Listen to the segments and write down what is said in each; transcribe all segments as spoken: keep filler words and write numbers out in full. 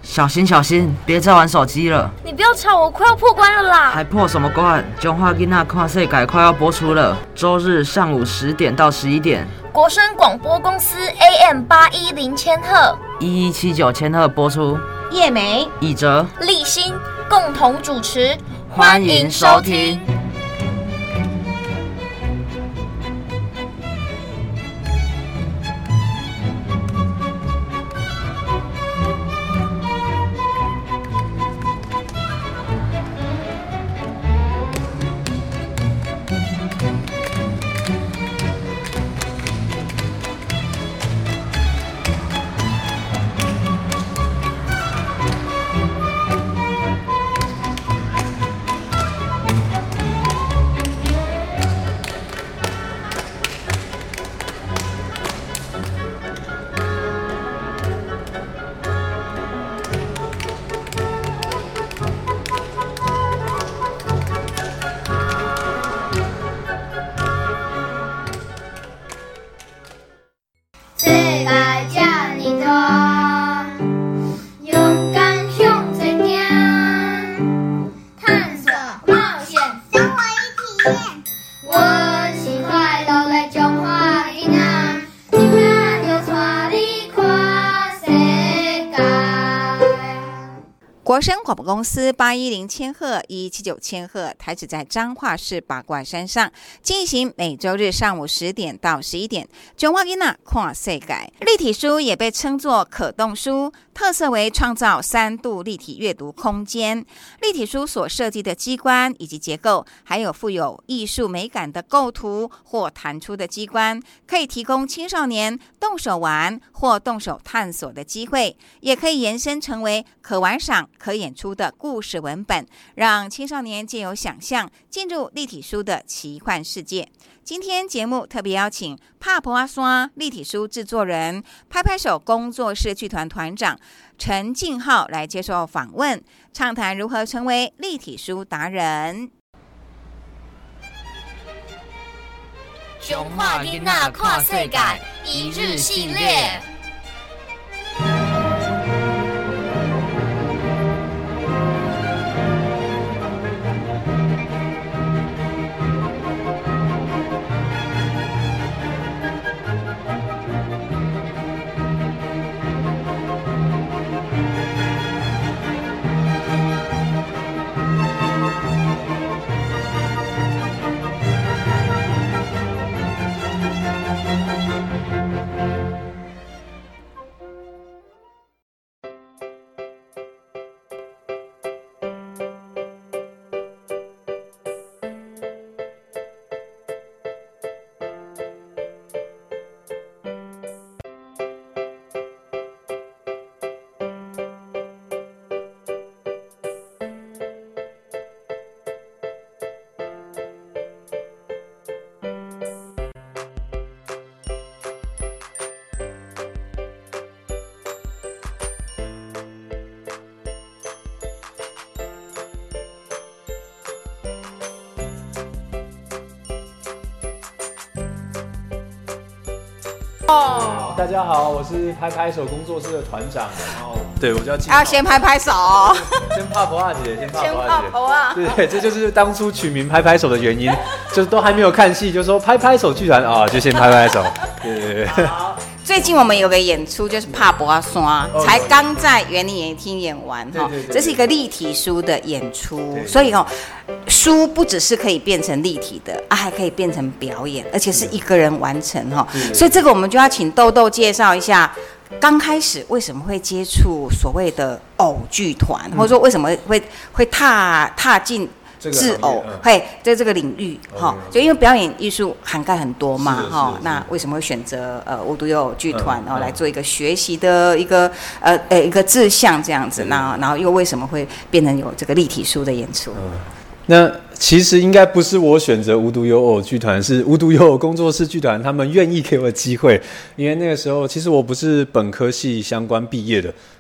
小心小心，别再玩手机了。 你不要吵，我快要破关了啦！ 还破什么关？中华囡仔看世界快要播出了，周日上午十点到十一点， 国声广播公司 A M 八一零千赫， 一一七九千赫播出。 叶梅、 以哲、 立新共同主持， 欢迎收听。 国声广播公司八一零千赫、一一七九千赫，台址在彰化市八卦山上，进行每周日上午十点到十一点。中华囡仔看世界，立体书也被称作可动书，特色为创造三度立体阅读空间。立体书所设计的机关以及结构，还有富有艺术美感的构图或弹出的机关，可以提供青少年动手玩或动手探索的机会，也可以延伸成为可玩赏、可演出的故事文本，让青少年借由想象进入立体书的奇幻世界。今天节目特别邀请帕婆阿刷立体书制作人、拍拍手工作室剧团团长陈敬浩来接受访问，畅谈如何成为立体书达人。 中华囡仔看世界一日系列。 哦，大家好，我是拍拍手工作室的团长，然后对我叫金。 要先拍拍手， 先怕婆阿姐，先怕婆阿姐。 先怕婆啊！ 对对，这就是当初取名拍拍手的原因，就是都还没有看戏，就说拍拍手剧团啊、哦，就先拍拍手。对对对。好。 最近我们有个演出，就是帕博阿刷，才刚在园林演艺厅演完哈。这是一个立体书的演出，对对对，所以哦，书不只是可以变成立体的啊，还可以变成表演，而且是一个人完成哈。所以这个我们就要请豆豆介绍一下，刚开始为什么会接触所谓的偶剧团，嗯、或者说为什么会会踏踏进。制偶，嘿，在这个领域，哈，就因为表演艺术涵盖很多嘛，哈，那为什么会选择呃无独有偶剧团，然后来做一个学习的一个呃呃一个志向这样子，那然后又为什么会变成有这个立体书的演出？ 那其实应该不是我选择无独有偶剧团，是无独有偶工作室剧团他们愿意给我机会，因为那个时候其实我不是本科系相关毕业的。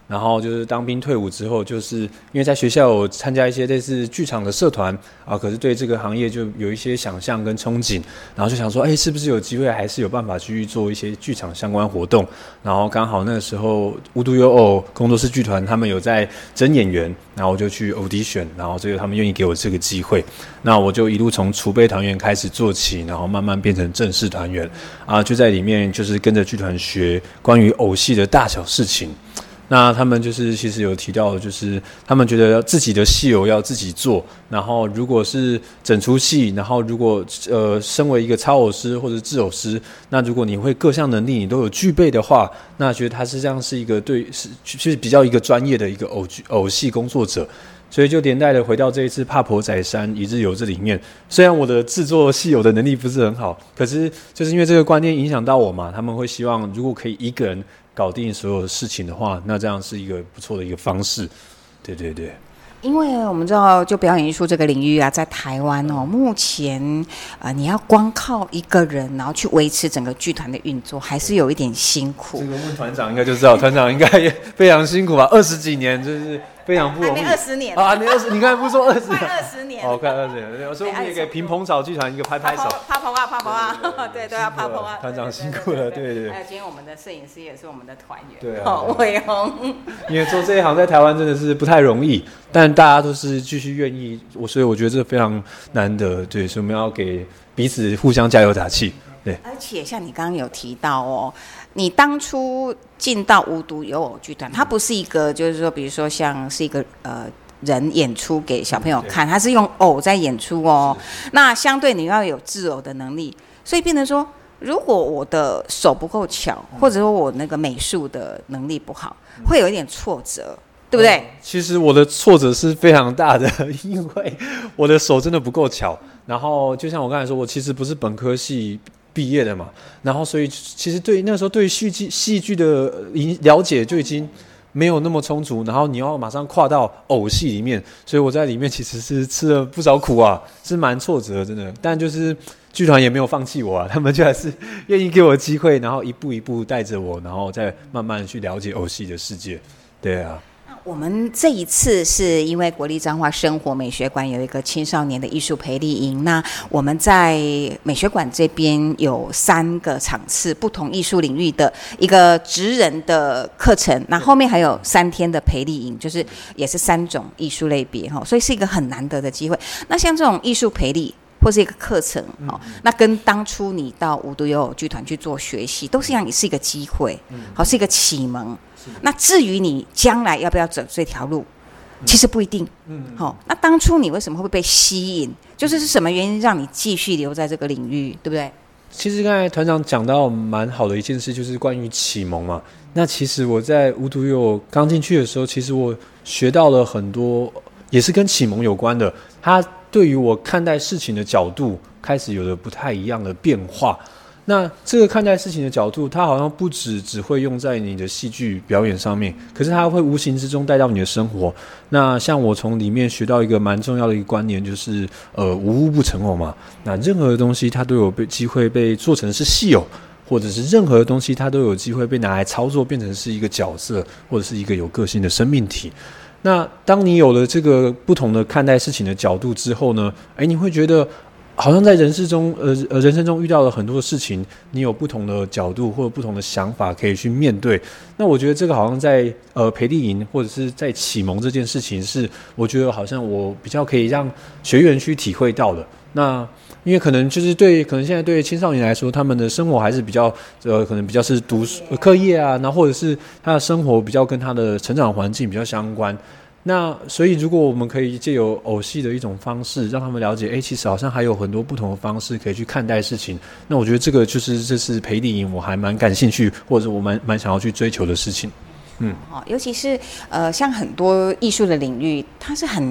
然后就是当兵退伍之后，就是因为在学校有参加一些类似剧场的社团啊，可是对这个行业就有一些想象跟憧憬，然后就想说，哎，是不是有机会还是有办法去做一些剧场相关活动？然后刚好那个时候无独有偶，工作室剧团他们有在征演员，然后我就去 audition， 然后这个他们愿意给我这个机会，那我就一路从储备团员开始做起，然后慢慢变成正式团员啊，就在里面就是跟着剧团学关于偶戏的大小事情。那他们就是其实有提到，就是他们觉得自己的戏偶要自己做，然后如果是整出戏，然后如果呃身为一个操偶师或者制偶师，那如果你会各项能力你都有具备的话，那觉得他是这样是一个对是就是比较一个专业的一个偶偶戏工作者。所以就连带的回到这一次帕婆仔山一日游这里面，虽然我的制作戏偶的能力不是很好，可是就是因为这个观念影响到我嘛，他们会希望如果可以一个人搞定所有的事情的话，那这样是一个不错的一个方式。对对对。 因为我们知道，就表演艺术这个领域啊，在台湾哦，目前呃，你要光靠一个人，然后去维持整个剧团的运作，还是有一点辛苦。 这个问团长应该就知道，团长应该也非常辛苦吧？二十几年，就是非常不容易。 还没二十年啊！你二十，你刚才不是说二十？ 快二十年。 哦，快二十年。所以我们也给平蓬草剧团一个拍拍手。 啪啪啊，啪啪啊，对，都要啪啪啊。 团长辛苦了，对对。 还有今天我们的摄影师也是我们的团员， 对啊， 伟宏。 因为做这一行在台湾真的是不太容易，但大家都是继续愿意，我所以我觉得这非常难得，对，所以我们要给彼此互相加油打气。对， 而且像你刚刚有提到哦，你当初进到无独有偶剧团，它不是一个就是说，比如说像是一个呃人演出给小朋友看，它是用偶在演出哦。那相对你要有制偶的能力，所以变成说，如果我的手不够巧，或者说我那个美术的能力不好，会有一点挫折。对不对、哦？ 其实我的挫折是非常大的，因为我的手真的不够巧。然后就像我刚才说，我其实不是本科系毕业的嘛，然后所以其实对那时候对戏剧戏剧的了解就已经没有那么充足，然后你要马上跨到偶戏里面，所以我在里面其实是吃了不少苦啊，是蛮挫折的，真的。但就是剧团也没有放弃我啊，他们就还是愿意给我机会，然后一步一步带着我，然后再慢慢去了解偶戏的世界。对啊。 我们这一次是因为国立彰化生活美学馆有一个青少年的艺术培力营，那我们在美学馆这边有三个场次，不同艺术领域的一个职人的课程，那后面还有三天的培力营，就是也是三种艺术类别，所以是一个很难得的机会。那像这种艺术培力或是一个课程、嗯、那跟当初你到无独有偶剧团去做学习都是一样，也是一个机会、嗯、好，是一个启蒙。那至于你将来要不要走这条路，其实不一定。嗯，好、哦，那当初你为什么会被吸引？就是是什么原因让你继续留在这个领域，对不对？ 其实刚才团长讲到蛮好的一件事，就是关于启蒙嘛。那其实我在无独有偶刚进去的时候，其实我学到了很多，也是跟启蒙有关的。它对于我看待事情的角度开始有了不太一样的变化。那这个看待事情的角度，它好像不只只会用在你的戏剧表演上面，可是它会无形之中带到你的生活。那像我从里面学到一个蛮重要的一个观念，就是呃无物不成偶嘛。那任何的东西它都有被机会被做成是戏偶，或者是任何的东西它都有机会被拿来操作，变成是一个角色，或者是一个有个性的生命体。那当你有了这个不同的看待事情的角度之后呢，哎，你会觉得好像在人世中，呃呃，人生中遇到了很多事情，你有不同的角度或者不同的想法可以去面对。那我觉得这个好像在呃培力营或者是在启蒙这件事情，是我觉得好像我比较可以让学员去体会到的。那因为可能就是对，可能现在对青少年来说，他们的生活还是比较呃，可能比较是读书、呃、课业啊，然后或者是他的生活比较跟他的成长环境比较相关。那所以如果我们可以借由偶戏的一种方式让他们了解，哎，其实好像还有很多不同的方式可以去看待事情，那我觉得这个就是这是培力营我还蛮感兴趣，或者我蛮蛮想要去追求的事情。嗯， 尤其是呃像很多艺术的领域，它是很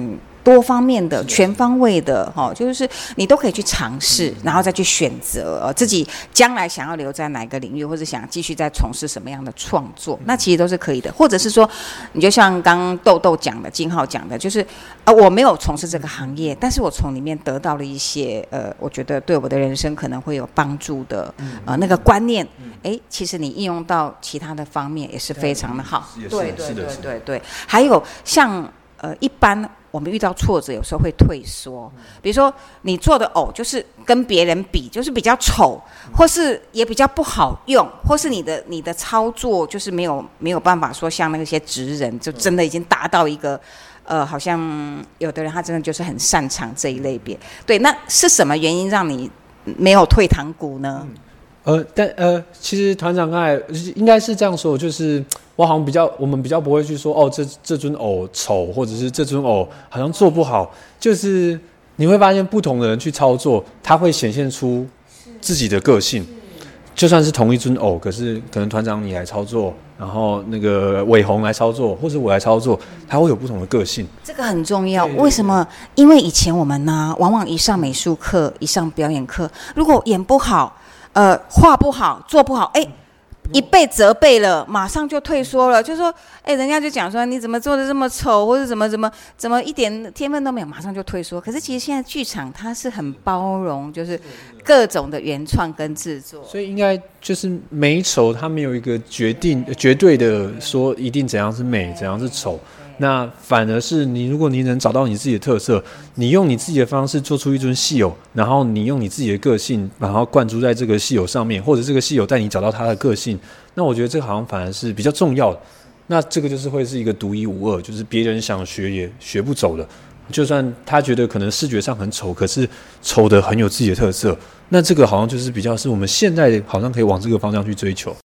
多方面的、全方位的，哈、哦，就是你都可以去尝试，然后再去选择、呃、自己将来想要留在哪个领域，或者想继续再从事什么样的创作，那其实都是可以的。或者是说，你就像刚刚豆豆讲的、金浩讲的，就是呃，我没有从事这个行业，但是我从里面得到了一些呃，我觉得对我的人生可能会有帮助的呃那个观念，哎，其实你应用到其他的方面也是非常的好。对对对对对，还有像呃一般。我们遇到挫折，有时候会退缩。比如说，你做的偶就是跟别人比，就是比较丑，或是也比较不好用，或是你的你的操作就是没有没有办法说像那些职人，就真的已经达到一个呃，好像有的人他真的就是很擅长这一类别。对，那是什么原因让你没有退堂鼓呢？嗯呃，但呃，其实团长刚才应该是这样说，就是我好像比较，我们比较不会去说哦，这这尊偶丑，或者是这尊偶好像做不好，就是你会发现不同的人去操作，他会显现出自己的个性。就算是同一尊偶，可是可能团长你来操作，然后那个伟鸿来操作，或者我来操作，他会有不同的个性。 这个很重要。为什么？因为以前我们呢，往往一上美术课，一上表演课，如果演不好。呃，画不好，做不好，哎，一被责备了，马上就退缩了，就说，哎，人家就讲说你怎么做的这么丑，或者怎么怎么怎么一点天分都没有，马上就退缩。可是其实现在剧场它是很包容，就是各种的原创跟制作， 所以应该就是美丑，它没有一个决定绝对的说一定怎样是美，怎样是丑。那反而是你，如果你能找到你自己的特色，你用你自己的方式做出一尊戏偶，然后你用你自己的个性，然后灌注在这个戏偶上面，或者这个戏偶带你找到它的个性，那我觉得这个好像反而是比较重要的。那这个就是会是一个独一无二，就是别人想学也学不走的。就算他觉得可能视觉上很丑，可是丑的很有自己的特色，那这个好像就是比较是我们现在好像可以往这个方向去追求。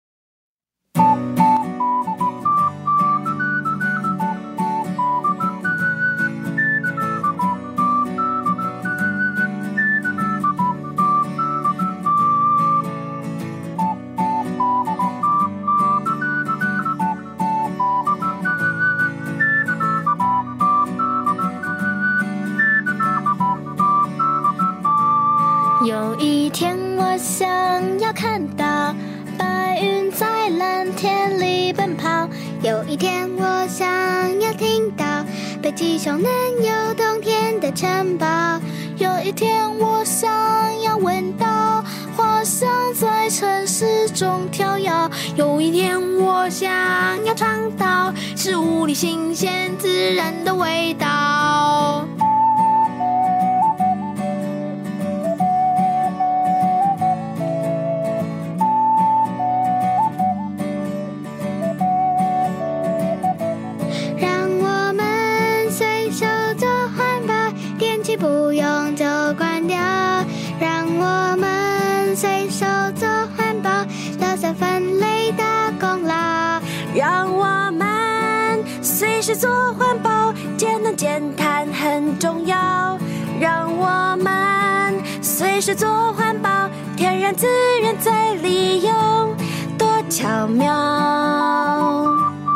有一天我想要看到白云在蓝天里奔跑，有一天我想要听到北极熊能有冬天的城堡，有一天我想要闻到花香在城市中飘摇，有一天我想要尝到食物里新鲜自然的味道。不用就关掉，让我们随手做环保，垃圾分类大功劳。让我们随时做环保，节能减碳很重要。让我们随时做环保，天然资源再利用，多巧妙。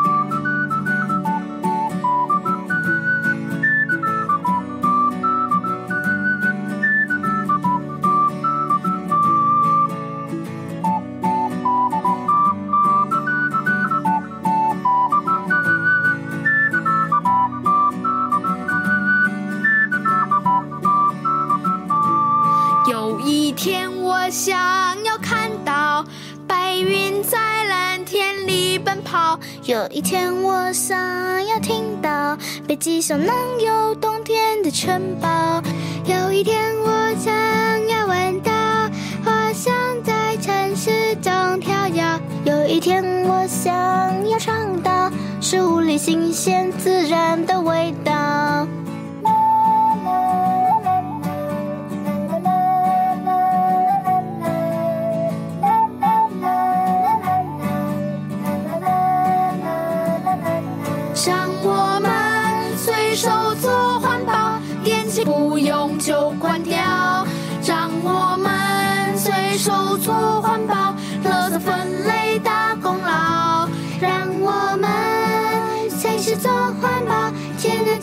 有一天我想要看到白云在蓝天里奔跑，有一天我想要听到北极熊能有冬天的城堡，有一天我想要闻到花香在城市中飘摇，有一天我想要尝到食物里新鲜自然的味道。让我们随手做环保，电器不用就关掉。让我们随手做环保，垃圾分类大功劳。让我们随时做环保，节能